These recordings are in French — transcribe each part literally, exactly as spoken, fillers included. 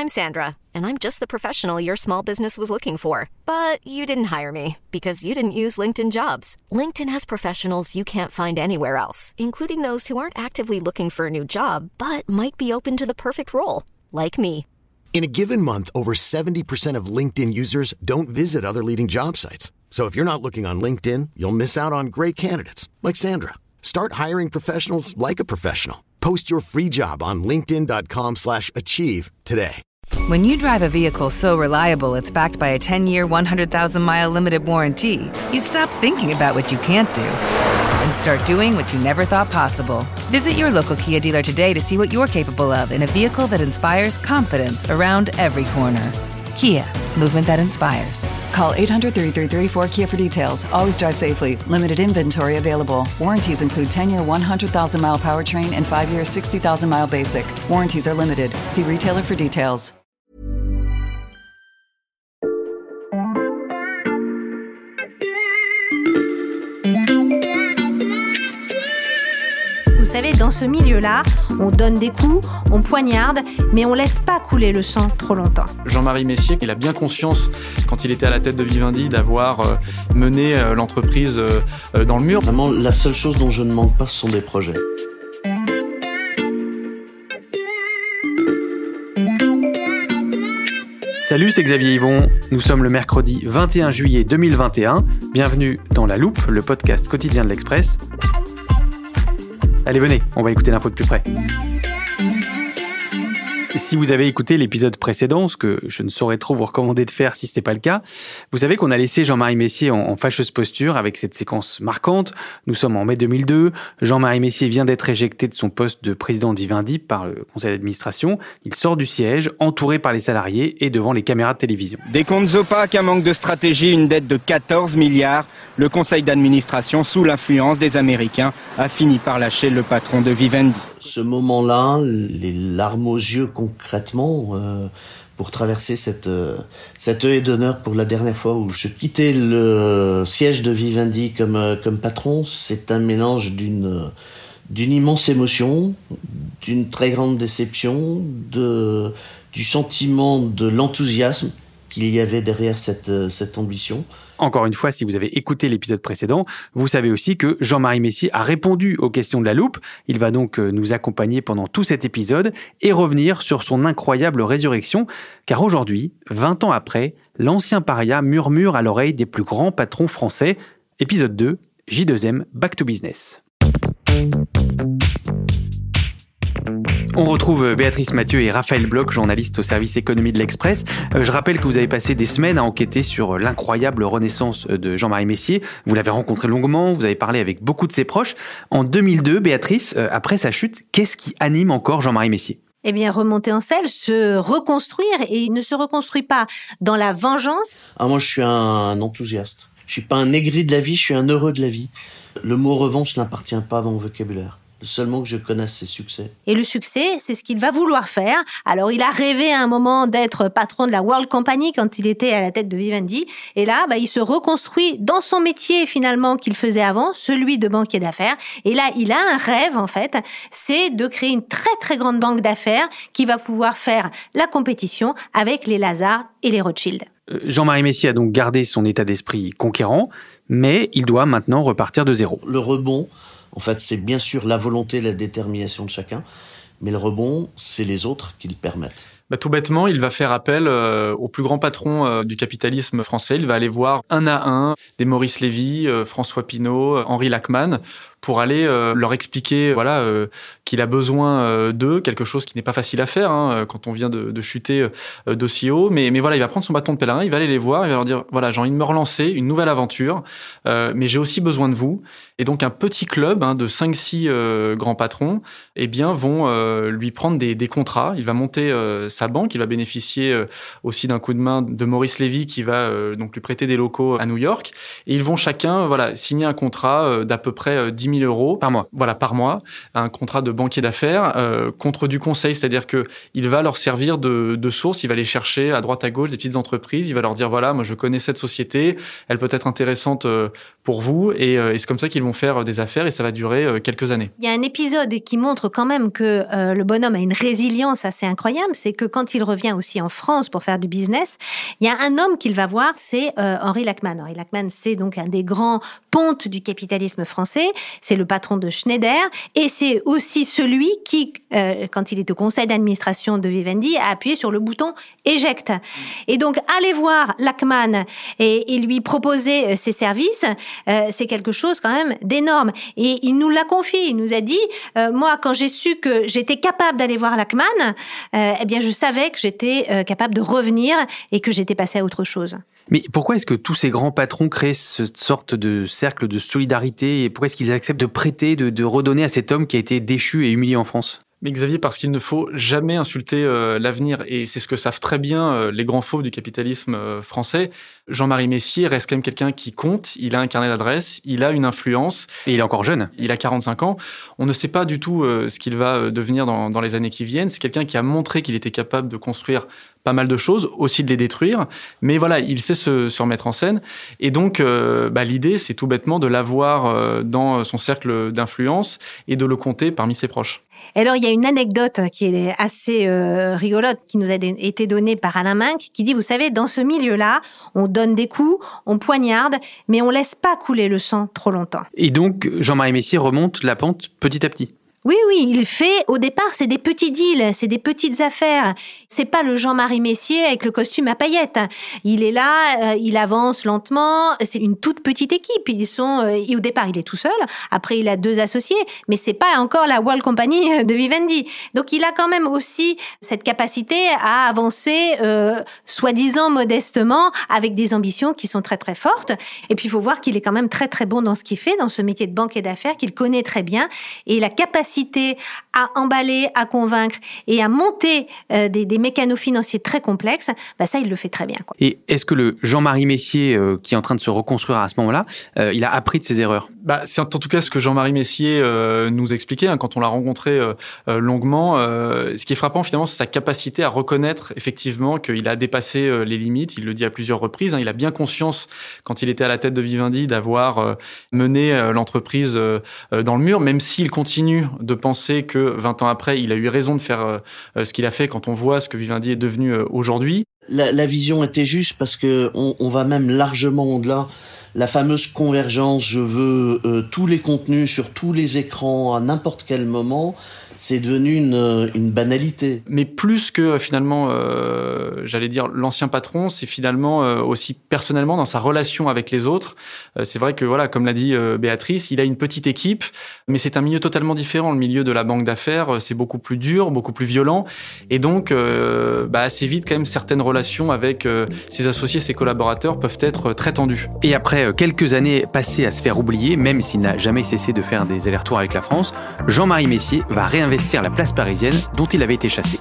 I'm Sandra, and I'm just the professional your small business was looking for. But you didn't hire me because you didn't use LinkedIn Jobs. LinkedIn has professionals you can't find anywhere else, including those who aren't actively looking for a new job, but might be open to the perfect role, like me. In a given month, over seventy percent of LinkedIn users don't visit other leading job sites. So if you're not looking on LinkedIn, you'll miss out on great candidates like Sandra. Start hiring professionals like a professional. Post your free job on linkedin.com slash achieve today. When you drive a vehicle so reliable it's backed by a ten-year, one hundred thousand mile limited warranty, you stop thinking about what you can't do and start doing what you never thought possible. Visit your local Kia dealer today to see what you're capable of in a vehicle that inspires confidence around every corner. Kia, movement that inspires. Call eight hundred, three three three, four K I A for details. Always drive safely. Limited inventory available. Warranties include ten-year, one hundred thousand mile powertrain and five-year, sixty thousand mile basic. Warranties are limited. See retailer for details. Vous savez, dans ce milieu-là, on donne des coups, on poignarde, mais on laisse pas couler le sang trop longtemps. Jean-Marie Messier, il a bien conscience, quand il était à la tête de Vivendi, d'avoir euh, mené euh, l'entreprise euh, dans le mur. Vraiment, la seule chose dont je ne manque pas, ce sont des projets. Salut, c'est Xavier Yvon. Nous sommes le mercredi vingt et un juillet deux mille vingt et un. Bienvenue dans La Loupe, le podcast quotidien de l'Express. Allez, venez, on va écouter l'info de plus près. Si vous avez écouté l'épisode précédent, ce que je ne saurais trop vous recommander de faire si ce n'est pas le cas, vous savez qu'on a laissé Jean-Marie Messier en, en fâcheuse posture avec cette séquence marquante. Nous sommes en mai deux mille deux. Jean-Marie Messier vient d'être éjecté de son poste de président de Vivendi par le conseil d'administration. Il sort du siège, entouré par les salariés et devant les caméras de télévision. Des comptes opaques, un manque de stratégie, une dette de quatorze milliards. Le conseil d'administration, sous l'influence des Américains, a fini par lâcher le patron de Vivendi. Ce moment-là, les larmes aux yeux concrètement, euh, pour traverser cette, euh, cette haie d'honneur pour la dernière fois où je quittais le siège de Vivendi comme, euh, comme patron, c'est un mélange d'une, d'une immense émotion, d'une très grande déception, de, du sentiment de l'enthousiasme qu'il y avait derrière cette, cette ambition. Encore une fois, si vous avez écouté l'épisode précédent, vous savez aussi que Jean-Marie Messier a répondu aux questions de La Loupe. Il va donc nous accompagner pendant tout cet épisode et revenir sur son incroyable résurrection. Car aujourd'hui, vingt ans après, l'ancien paria murmure à l'oreille des plus grands patrons français. Épisode deux, J deux M, Back to Business. On retrouve Béatrice Mathieu et Raphaël Bloch, journalistes au service économie de l'Express. Je rappelle que vous avez passé des semaines à enquêter sur l'incroyable renaissance de Jean-Marie Messier. Vous l'avez rencontré longuement, vous avez parlé avec beaucoup de ses proches. En deux mille deux, Béatrice, après sa chute, qu'est-ce qui anime encore Jean-Marie Messier ? Eh bien, remonter en selle, se reconstruire, et il ne se reconstruit pas dans la vengeance. Ah, moi, je suis un, un enthousiaste. Je suis pas un aigri de la vie, je suis un heureux de la vie. Le mot revanche n'appartient pas à mon vocabulaire. Le seul mot que je connaisse, c'est succès. Et le succès, c'est ce qu'il va vouloir faire. Alors, il a rêvé à un moment d'être patron de la World Company quand il était à la tête de Vivendi. Et là, bah, il se reconstruit dans son métier, finalement, qu'il faisait avant, celui de banquier d'affaires. Et là, il a un rêve, en fait, c'est de créer une très, très grande banque d'affaires qui va pouvoir faire la compétition avec les Lazard et les Rothschild. Jean-Marie Messier a donc gardé son état d'esprit conquérant, mais il doit maintenant repartir de zéro. Le rebond, en fait, c'est bien sûr la volonté et la détermination de chacun, mais le rebond, c'est les autres qui le permettent. Bah, tout bêtement, il va faire appel euh, aux plus grands patrons euh, du capitalisme français. Il va aller voir un à un des Maurice Lévy, euh, François Pinault, euh, Henri Lachmann, pour aller euh, leur expliquer voilà, euh, qu'il a besoin euh, d'eux, quelque chose qui n'est pas facile à faire hein, quand on vient de, de chuter euh, d'aussi haut. Mais, mais voilà, il va prendre son bâton de pèlerin, il va aller les voir, il va leur dire « Voilà, j'ai envie de me relancer, une nouvelle aventure, euh, mais j'ai aussi besoin de vous. » Et donc, un petit club hein, de cinq six euh, grands patrons eh bien, vont euh, lui prendre des, des contrats. Il va monter euh, sa banque, il va bénéficier euh, aussi d'un coup de main de Maurice Lévy qui va euh, donc lui prêter des locaux à New York. Et ils vont chacun voilà, signer un contrat euh, d'à peu près euh, dix mille euros. Par mois. Voilà, par mois. Un contrat de banquier d'affaires euh, contre du conseil. C'est-à-dire qu'il va leur servir de, de source. Il va aller chercher à droite à gauche des petites entreprises. Il va leur dire, voilà, moi je connais cette société. Elle peut être intéressante euh, pour vous. Et, euh, et c'est comme ça qu'ils vont faire des affaires et ça va durer euh, quelques années. Il y a un épisode qui montre quand même que euh, le bonhomme a une résilience assez incroyable. C'est que quand il revient aussi en France pour faire du business, il y a un homme qu'il va voir, c'est euh, Henri Lachmann. Henri Lachmann, c'est donc un des grands pontes du capitalisme français. C'est le patron de Schneider et c'est aussi celui qui, euh, quand il est au conseil d'administration de Vivendi, a appuyé sur le bouton éjecte. Et donc, aller voir Lachmann et, et lui proposer ses services, euh, c'est quelque chose quand même d'énorme. Et il nous l'a confié. Il nous a dit, euh, moi, quand j'ai su que j'étais capable d'aller voir Lachmann, euh, eh bien, je savais que j'étais euh, capable de revenir et que j'étais passée à autre chose. Mais pourquoi est-ce que tous ces grands patrons créent cette sorte de cercle de solidarité et pourquoi est-ce qu'ils acceptent de prêter, de, de redonner à cet homme qui a été déchu et humilié en France ? Mais Xavier, parce qu'il ne faut jamais insulter euh, l'avenir. Et c'est ce que savent très bien euh, les grands fauves du capitalisme euh, français. Jean-Marie Messier reste quand même quelqu'un qui compte. Il a un carnet d'adresses, il a une influence. Et il est encore jeune. Il a quarante-cinq ans. On ne sait pas du tout euh, ce qu'il va euh, devenir dans, dans les années qui viennent. C'est quelqu'un qui a montré qu'il était capable de construire pas mal de choses, aussi de les détruire. Mais voilà, il sait se, se remettre en scène. Et donc, euh, bah, l'idée, c'est tout bêtement de l'avoir euh, dans son cercle d'influence et de le compter parmi ses proches. Alors, il y a une anecdote qui est assez euh, rigolote, qui nous a d- été donnée par Alain Minck, qui dit, vous savez, dans ce milieu-là, on donne des coups, on poignarde, mais on laisse pas couler le sang trop longtemps. Et donc, Jean-Marie Messier remonte la pente petit à petit. Oui, oui, il fait, au départ, c'est des petits deals, c'est des petites affaires. C'est pas le Jean-Marie Messier avec le costume à paillettes. Il est là, euh, il avance lentement, c'est une toute petite équipe. Ils sont, euh, et au départ, il est tout seul. Après, il a deux associés, mais c'est pas encore la World Company de Vivendi. Donc, il a quand même aussi cette capacité à avancer, euh, soi-disant modestement, avec des ambitions qui sont très, très fortes. Et puis, il faut voir qu'il est quand même très, très bon dans ce qu'il fait, dans ce métier de banquier d'affaires qu'il connaît très bien. Et la capacité à emballer, à convaincre et à monter euh, des, des mécanos financiers très complexes, bah ça, il le fait très bien, quoi. Et est-ce que le Jean-Marie Messier, euh, qui est en train de se reconstruire à ce moment-là, euh, il a appris de ses erreurs ? Bah, c'est en tout cas ce que Jean-Marie Messier euh, nous expliquait hein, quand on l'a rencontré euh, euh, longuement. Euh, ce qui est frappant, finalement, c'est sa capacité à reconnaître effectivement qu'il a dépassé euh, les limites. Il le dit à plusieurs reprises. Hein, il a bien conscience, quand il était à la tête de Vivendi, d'avoir euh, mené euh, l'entreprise euh, dans le mur, même s'il continue de penser que vingt ans après, il a eu raison de faire euh, ce qu'il a fait quand on voit ce que Vivendi est devenu euh, aujourd'hui. La, la vision était juste parce que on, on va même largement au-delà. La fameuse convergence, je veux euh, tous les contenus sur tous les écrans à n'importe quel moment, c'est devenu une, une banalité. Mais plus que finalement, euh, j'allais dire l'ancien patron, c'est finalement euh, aussi personnellement dans sa relation avec les autres. Euh, c'est vrai que voilà, comme l'a dit euh, Béatrice, il a une petite équipe, mais c'est un milieu totalement différent. Le milieu de la banque d'affaires, c'est beaucoup plus dur, beaucoup plus violent, et donc euh, bah, assez vite quand même certaines relations avec euh, ses associés, ses collaborateurs peuvent être très tendues. Et après quelques années passées à se faire oublier, même s'il n'a jamais cessé de faire des allers-retours avec la France, Jean-Marie Messier va réinvestir la place parisienne dont il avait été chassé.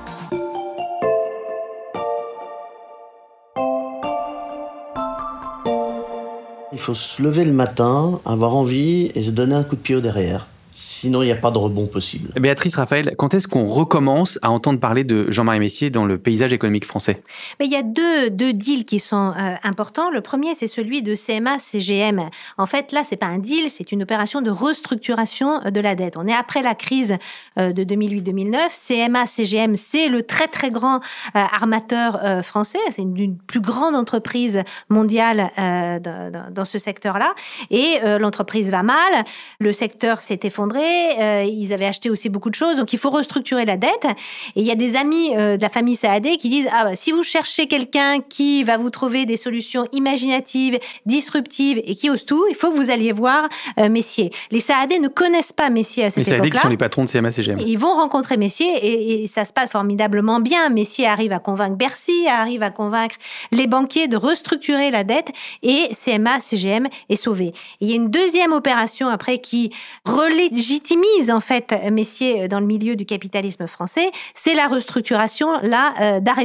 Il faut se lever le matin, avoir envie et se donner un coup de pied au derrière. Sinon, il n'y a pas de rebond possible. Béatrice, Raphaël, quand est-ce qu'on recommence à entendre parler de Jean-Marie Messier dans le paysage économique français ? Mais il y a deux, deux deals qui sont euh, importants. Le premier, c'est celui de C M A C G M. En fait, là, c'est pas un deal, c'est une opération de restructuration de la dette. On est après la crise euh, de deux mille huit deux mille neuf. C M A C G M, c'est le très, très grand euh, armateur euh, français. C'est une, une plus grande entreprise mondiale euh, dans, dans ce secteur-là. Et euh, l'entreprise va mal. Le secteur s'est effondré. Euh, ils avaient acheté aussi beaucoup de choses, donc il faut restructurer la dette. Et il y a des amis euh, de la famille Saadé qui disent ah bah, si vous cherchez quelqu'un qui va vous trouver des solutions imaginatives, disruptives et qui ose tout, il faut que vous alliez voir euh, Messier. Les Saadé ne connaissent pas Messier à cette époque-là. Les Saadé qui sont les patrons de C M A C G M. Ils vont rencontrer Messier et, et ça se passe formidablement bien. Messier arrive à convaincre Bercy, arrive à convaincre les banquiers de restructurer la dette et C M A C G M est sauvé. Et il y a une deuxième opération après qui relégitimise en fait Messier dans le milieu du capitalisme français, c'est la restructuration là euh, d'Areva.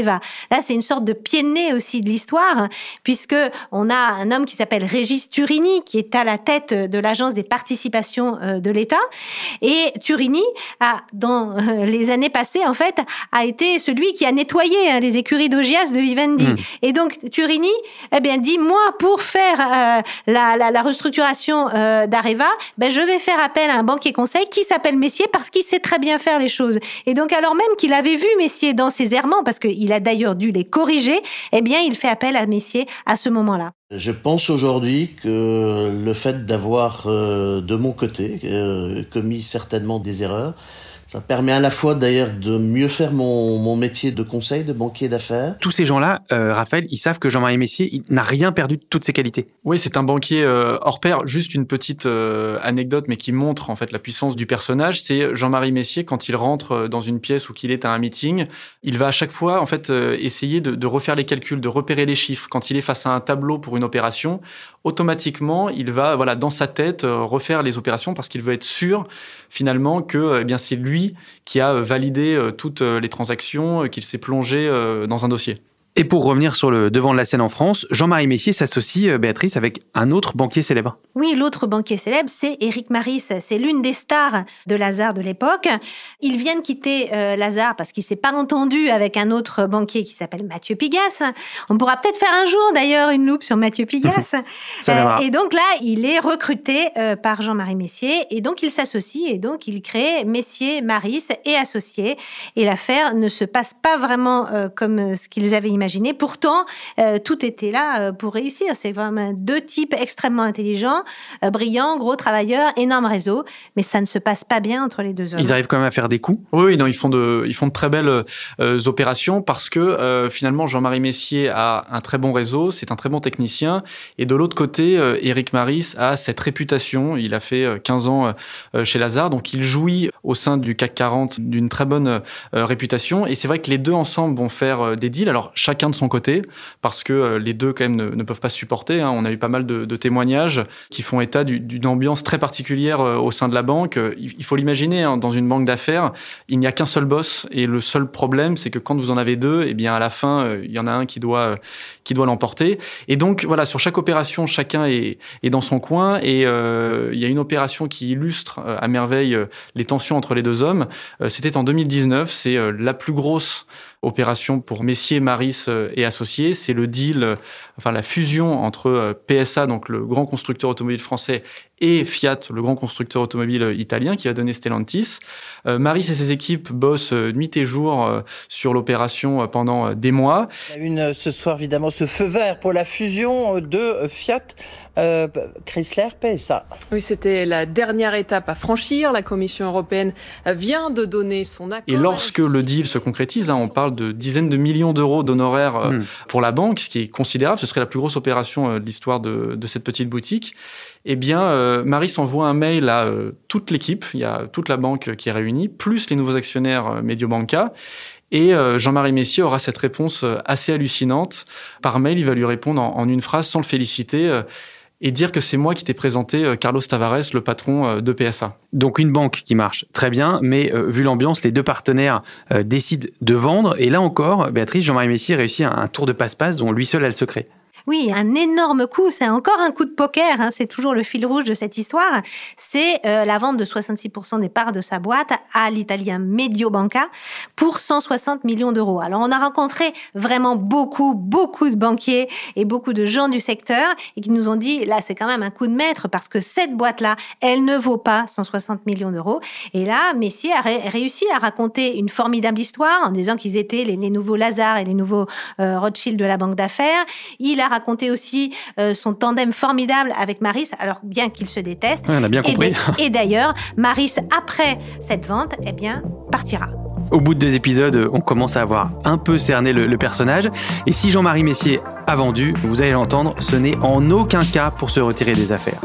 Là, c'est une sorte de pied de nez aussi de l'histoire, puisque on a un homme qui s'appelle Régis Turini, qui est à la tête de l'Agence des participations de l'État. Et Turini, a, dans les années passées, en fait, a été celui qui a nettoyé hein, les écuries d'Augias de Vivendi. Mmh. Et donc, Turini, eh bien, dit, moi, pour faire euh, la, la, la restructuration euh, d'Areva, ben, je vais faire appel à un banquier conseil qui s'appelle Messier parce qu'il sait très bien faire les choses. Et donc, alors même qu'il avait vu Messier dans ses errements, parce qu'il a d'ailleurs dû les corriger, eh bien, il fait appel à Messier à ce moment-là. Je pense aujourd'hui que le fait d'avoir, euh, de mon côté, euh, commis certainement des erreurs, ça permet à la fois d'ailleurs de mieux faire mon, mon métier de conseil, de banquier d'affaires. Tous ces gens-là, euh, Raphaël, ils savent que Jean-Marie Messier il n'a rien perdu de toutes ses qualités. Oui, c'est un banquier euh, hors pair. Juste une petite euh, anecdote, mais qui montre en fait la puissance du personnage. C'est Jean-Marie Messier, quand il rentre dans une pièce ou qu'il est à un meeting, il va à chaque fois en fait euh, essayer de, de refaire les calculs, de repérer les chiffres. Quand il est face à un tableau pour une opération, automatiquement, il va voilà dans sa tête euh, refaire les opérations parce qu'il veut être sûr finalement que eh bien c'est lui qui a validé toutes les transactions, qu'il s'est plongé dans un dossier. Et pour revenir sur le devant de la scène en France, Jean-Marie Messier s'associe, Béatrice, avec un autre banquier célèbre. Oui, l'autre banquier célèbre, c'est Éric Maris. C'est l'une des stars de Lazard de l'époque. Il vient de quitter euh, Lazard parce qu'il ne s'est pas entendu avec un autre banquier qui s'appelle Mathieu Pigasse. On pourra peut-être faire un jour, d'ailleurs, une loupe sur Mathieu Pigasse. euh, et donc là, il est recruté euh, par Jean-Marie Messier. Et donc, il s'associe et donc, il crée Messier, Maris et Associés. Et l'affaire ne se passe pas vraiment euh, comme ce qu'ils avaient imaginé. Pourtant, euh, tout était là euh, pour réussir. C'est vraiment deux types extrêmement intelligents, euh, brillants, gros travailleurs, énorme réseau. Mais ça ne se passe pas bien entre les deux hommes. Ils arrivent quand même à faire des coups. Oui, oui non, ils font de, ils font de très belles euh, opérations parce que euh, finalement, Jean-Marie Messier a un très bon réseau, c'est un très bon technicien. Et de l'autre côté, euh, Éric Maris a cette réputation. Il a fait euh, quinze ans euh, chez Lazard, donc il jouit au sein du C A C quarante d'une très bonne euh, réputation. Et c'est vrai que les deux ensemble vont faire euh, des deals. Alors, chacun de son côté, parce que euh, les deux quand même ne, ne peuvent pas se supporter. Hein. On a eu pas mal de, de témoignages qui font état du, d'une ambiance très particulière euh, au sein de la banque. Il, il faut l'imaginer, hein, dans une banque d'affaires, il n'y a qu'un seul boss et le seul problème, c'est que quand vous en avez deux, eh bien à la fin, euh, il y en a un qui doit euh, qui doit l'emporter. Et donc voilà, sur chaque opération, chacun est, est dans son coin et euh, il y a une opération qui illustre euh, à merveille euh, les tensions entre les deux hommes. Euh, c'était en deux mille dix-neuf, c'est euh, la plus grosse opération pour Messier, Maris et Associés. C'est le deal, enfin la fusion entre P S A, donc le grand constructeur automobile français, et Fiat, le grand constructeur automobile italien, qui va donner Stellantis. Euh, Maris et ses équipes bossent nuit et jour euh, sur l'opération pendant des mois. Il y a une, ce soir, évidemment, ce feu vert pour la fusion de Fiat, euh, Chrysler, P S A. Oui, c'était la dernière étape à franchir. La Commission européenne vient de donner son accord. Et lorsque le deal se concrétise, hein, on parle de dizaines de millions d'euros d'honoraires euh, mmh. pour la banque, ce qui est considérable. Ce serait la plus grosse opération euh, de l'histoire de, de cette petite boutique. Eh bien, euh, Maris envoie un mail à euh, toute l'équipe, il y a toute la banque qui est réunie, plus les nouveaux actionnaires euh, Mediobanca. Et euh, Jean-Marie Messier aura cette réponse euh, assez hallucinante. Par mail, il va lui répondre en, en une phrase sans le féliciter euh, et dire que c'est moi qui t'ai présenté euh, Carlos Tavares, le patron euh, de P S A. Donc une banque qui marche très bien, mais euh, vu l'ambiance, les deux partenaires euh, décident de vendre. Et là encore, Béatrice, Jean-Marie Messier réussit un, un tour de passe-passe dont lui seul a le secret. Oui, un énorme coup, c'est encore un coup de poker, hein, c'est toujours le fil rouge de cette histoire, c'est euh, la vente de soixante-six pour cent des parts de sa boîte à l'italien Mediobanca pour cent soixante millions d'euros. Alors on a rencontré vraiment beaucoup, beaucoup de banquiers et beaucoup de gens du secteur et qui nous ont dit, là c'est quand même un coup de maître parce que cette boîte-là, elle ne vaut pas cent soixante millions d'euros. Et là, Messier a ré- réussi à raconter une formidable histoire en disant qu'ils étaient les, les nouveaux Lazare et les nouveaux euh, Rothschild de la banque d'affaires. Il a raconté aussi euh, son tandem formidable avec Maris, alors bien qu'ils se détestent. Ouais, on a bien compris. Et, et d'ailleurs, Maris, après cette vente, eh bien, partira. Au bout de deux épisodes, on commence à avoir un peu cerné le, le personnage. Et si Jean-Marie Messier a vendu, vous allez l'entendre, ce n'est en aucun cas pour se retirer des affaires.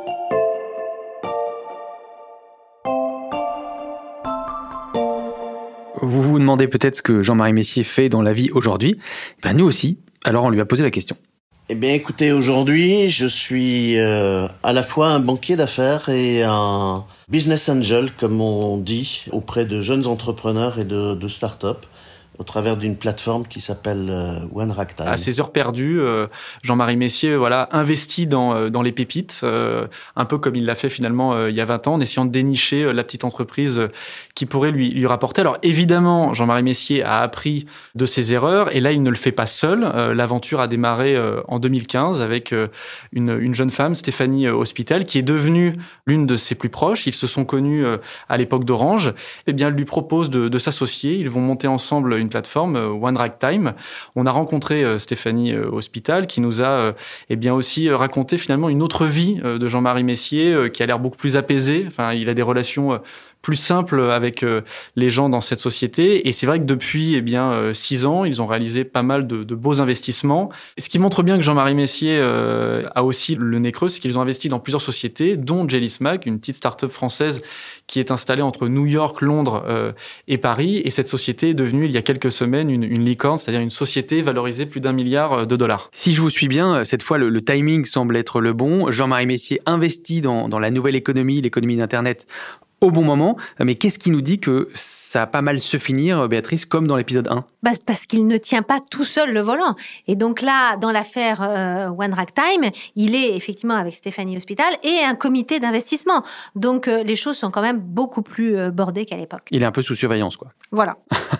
Vous vous demandez peut-être ce que Jean-Marie Messier fait dans la vie aujourd'hui. Ben nous aussi. Alors on lui a posé la question. Eh bien, écoutez, aujourd'hui, je suis euh, à la fois un banquier d'affaires et un business angel, comme on dit, auprès de jeunes entrepreneurs et de, de start-up. au travers d'une plateforme qui s'appelle euh, One Ragtime. À ses heures perdues, euh, Jean-Marie Messier voilà, investit dans, euh, dans les pépites, euh, un peu comme il l'a fait finalement euh, il y a vingt ans, en essayant de dénicher euh, la petite entreprise euh, qui pourrait lui, lui rapporter. Alors évidemment, Jean-Marie Messier a appris de ses erreurs, et là, il ne le fait pas seul. Euh, l'aventure a démarré euh, en deux mille quinze avec euh, une, une jeune femme, Stéphanie euh, Hospital, qui est devenue l'une de ses plus proches. Ils se sont connus euh, à l'époque d'Orange. Eh bien, elle lui propose de, de s'associer. Ils vont monter ensemble une plateforme, euh, One Ragtime. On a rencontré euh, Stéphanie euh, Hospital, qui nous a euh, eh bien aussi euh, raconté finalement une autre vie euh, de Jean-Marie Messier, euh, qui a l'air beaucoup plus apaisée. Enfin, il a des relations euh, plus simple avec euh, les gens dans cette société. Et c'est vrai que depuis eh bien euh, six ans, ils ont réalisé pas mal de, de beaux investissements. Ce qui montre bien que Jean-Marie Messier euh, a aussi le nez creux, c'est qu'ils ont investi dans plusieurs sociétés, dont Jelly Smack, une petite start-up française qui est installée entre New York, Londres euh, et Paris. Et cette société est devenue, il y a quelques semaines, une, une licorne, c'est-à-dire une société valorisée plus d'un milliard de dollars. Si je vous suis bien, cette fois, le, le timing semble être le bon. Jean-Marie Messier investit dans, dans la nouvelle économie, l'économie d'Internet, au bon moment. Mais qu'est-ce qui nous dit que ça a pas mal se finir, Béatrice, comme dans l'épisode un ? Bah, parce qu'il ne tient pas tout seul le volant. Et donc là, dans l'affaire euh, One Ragtime, il est effectivement avec Stéphanie Hospital et un comité d'investissement. Donc euh, les choses sont quand même beaucoup plus euh, bordées qu'à l'époque. Il est un peu sous surveillance, quoi. Voilà.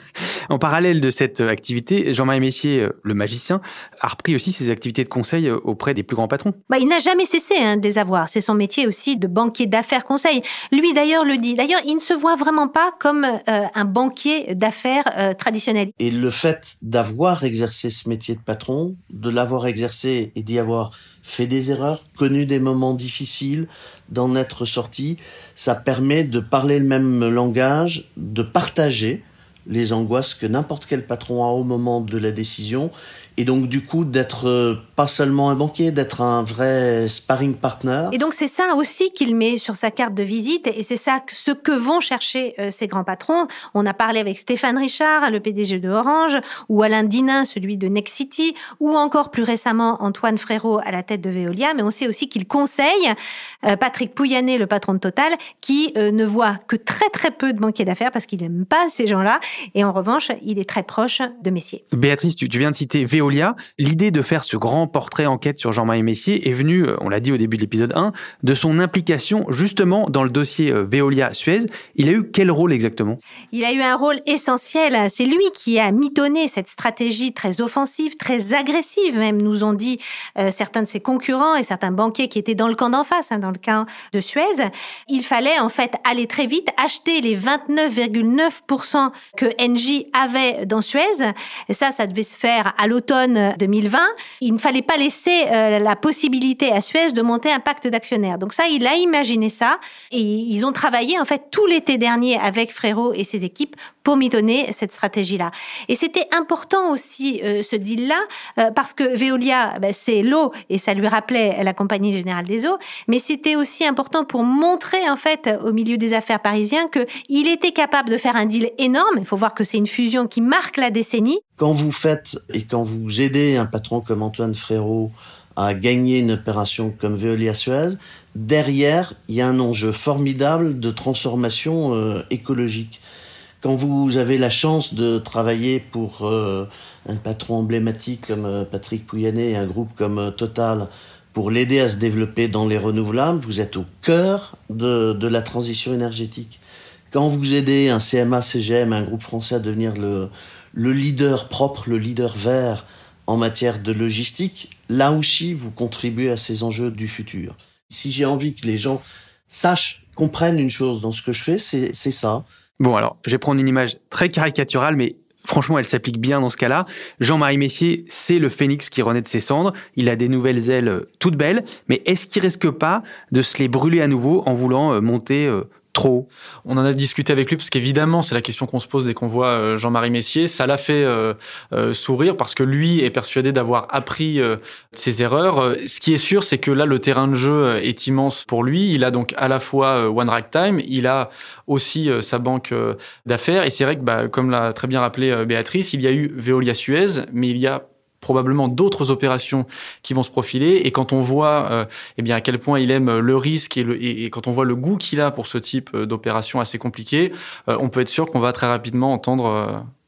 En parallèle de cette activité, Jean-Marie Messier, le magicien, a repris aussi ses activités de conseil auprès des plus grands patrons. Bah, il n'a jamais cessé hein, de les avoir. C'est son métier aussi de banquier d'affaires conseil. Lui, d'ailleurs, le dit. D'ailleurs, il ne se voit vraiment pas comme euh, un banquier d'affaires euh, traditionnel. Et le fait d'avoir exercé ce métier de patron, de l'avoir exercé et d'y avoir fait des erreurs, connu des moments difficiles, d'en être sorti, ça permet de parler le même langage, de partager les angoisses que n'importe quel patron a au moment de la décision, et donc du coup d'être euh, pas seulement un banquier, d'être un vrai sparring partner. Et donc c'est ça aussi qu'il met sur sa carte de visite, et c'est ça ce que vont chercher euh, ces grands patrons. On a parlé avec Stéphane Richard, le P D G de Orange, ou Alain Dinin, celui de Nexity, ou encore plus récemment Antoine Frérot à la tête de Veolia, mais on sait aussi qu'il conseille euh, Patrick Pouyanné, le patron de Total, qui euh, ne voit que très très peu de banquiers d'affaires parce qu'il n'aime pas ces gens-là, et en revanche, il est très proche de Messier. Béatrice, tu, tu viens de citer Veolia. L'idée de faire ce grand portrait enquête sur Jean-Marie Messier est venue, on l'a dit au début de l'épisode un, de son implication justement dans le dossier Veolia-Suez. Il a eu quel rôle exactement ? Il a eu un rôle essentiel. C'est lui qui a mitonné cette stratégie très offensive, très agressive même, nous ont dit euh, certains de ses concurrents et certains banquiers qui étaient dans le camp d'en face, hein, dans le camp de Suez. Il fallait en fait aller très vite, acheter les vingt-neuf virgule neuf pour cent que Engie avait dans Suez. Et ça, ça devait se faire à l'automne deux mille vingt. Il ne fallait pas laisser euh, la possibilité à Suez de monter un pacte d'actionnaires. Donc ça, il a imaginé ça et ils ont travaillé en fait tout l'été dernier avec Frérot et ses équipes pour mitonner cette stratégie-là. Et c'était important aussi euh, ce deal-là euh, parce que Veolia, ben, c'est l'eau et ça lui rappelait la Compagnie Générale des Eaux, mais c'était aussi important pour montrer en fait au milieu des affaires parisiens qu'il était capable de faire un deal énorme. Il faut voir que c'est une fusion qui marque la décennie. Quand vous faites et quand vous aidez un patron comme Antoine Frérot à gagner une opération comme Veolia-Suez, derrière, il y a un enjeu formidable de transformation euh, écologique. Quand vous avez la chance de travailler pour euh, un patron emblématique comme euh, Patrick Pouyanné et un groupe comme euh, Total pour l'aider à se développer dans les renouvelables, vous êtes au cœur de, de la transition énergétique. Quand vous aidez un C M A C G M, un groupe français à devenir le, le leader propre, le leader vert en matière de logistique, là aussi vous contribuez à ces enjeux du futur. Si j'ai envie que les gens sachent, comprennent une chose dans ce que je fais, c'est, c'est ça. Bon, alors, je vais prendre une image très caricaturale, mais franchement, elle s'applique bien dans ce cas-là. Jean-Marie Messier, c'est le phénix qui renaît de ses cendres. Il a des nouvelles ailes toutes belles, mais est-ce qu'il risque pas de se les brûler à nouveau en voulant monter trop ? On en a discuté avec lui parce qu'évidemment, c'est la question qu'on se pose dès qu'on voit Jean-Marie Messier. Ça l'a fait euh, euh, sourire parce que lui est persuadé d'avoir appris euh, ses erreurs. Ce qui est sûr, c'est que là, le terrain de jeu est immense pour lui. Il a donc à la fois One Ragtime, il a aussi euh, sa banque euh, d'affaires. Et c'est vrai que, bah, comme l'a très bien rappelé euh, Béatrice, il y a eu Veolia-Suez, mais il y a probablement d'autres opérations qui vont se profiler. Et quand on voit euh, eh bien, à quel point il aime le risque et, le, et, et quand on voit le goût qu'il a pour ce type d'opération assez compliquée, euh, on peut être sûr qu'on va très rapidement entendre euh,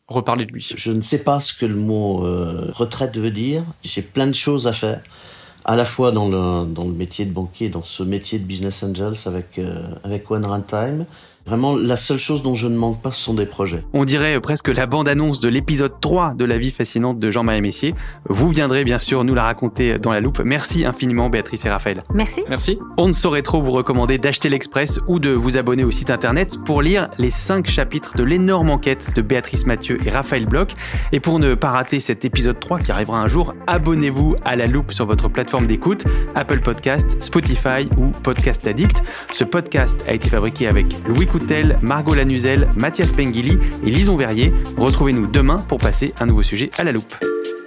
reparler de lui. Je ne sais pas ce que le mot euh, retraite veut dire. J'ai plein de choses à faire, à la fois dans le, dans le métier de banquier, dans ce métier de business angels avec, euh, avec One Runtime. Vraiment, la seule chose dont je ne manque pas, ce sont des projets. On dirait presque la bande-annonce de l'épisode trois de La vie fascinante de Jean-Marie Messier. Vous viendrez bien sûr nous la raconter dans La Loupe. Merci infiniment Béatrice et Raphaël. Merci. Merci. On ne saurait trop vous recommander d'acheter l'Express ou de vous abonner au site internet pour lire les cinq chapitres de l'énorme enquête de Béatrice Mathieu et Raphaël Bloch. Et pour ne pas rater cet épisode trois qui arrivera un jour, abonnez-vous à La Loupe sur votre plateforme d'écoute, Apple Podcast, Spotify ou Podcast Addict. Ce podcast a été fabriqué avec Louis Coutel, Margot Lanuzel, Mathias Pengili et Lison Verrier. Retrouvez-nous demain pour passer un nouveau sujet à la loupe.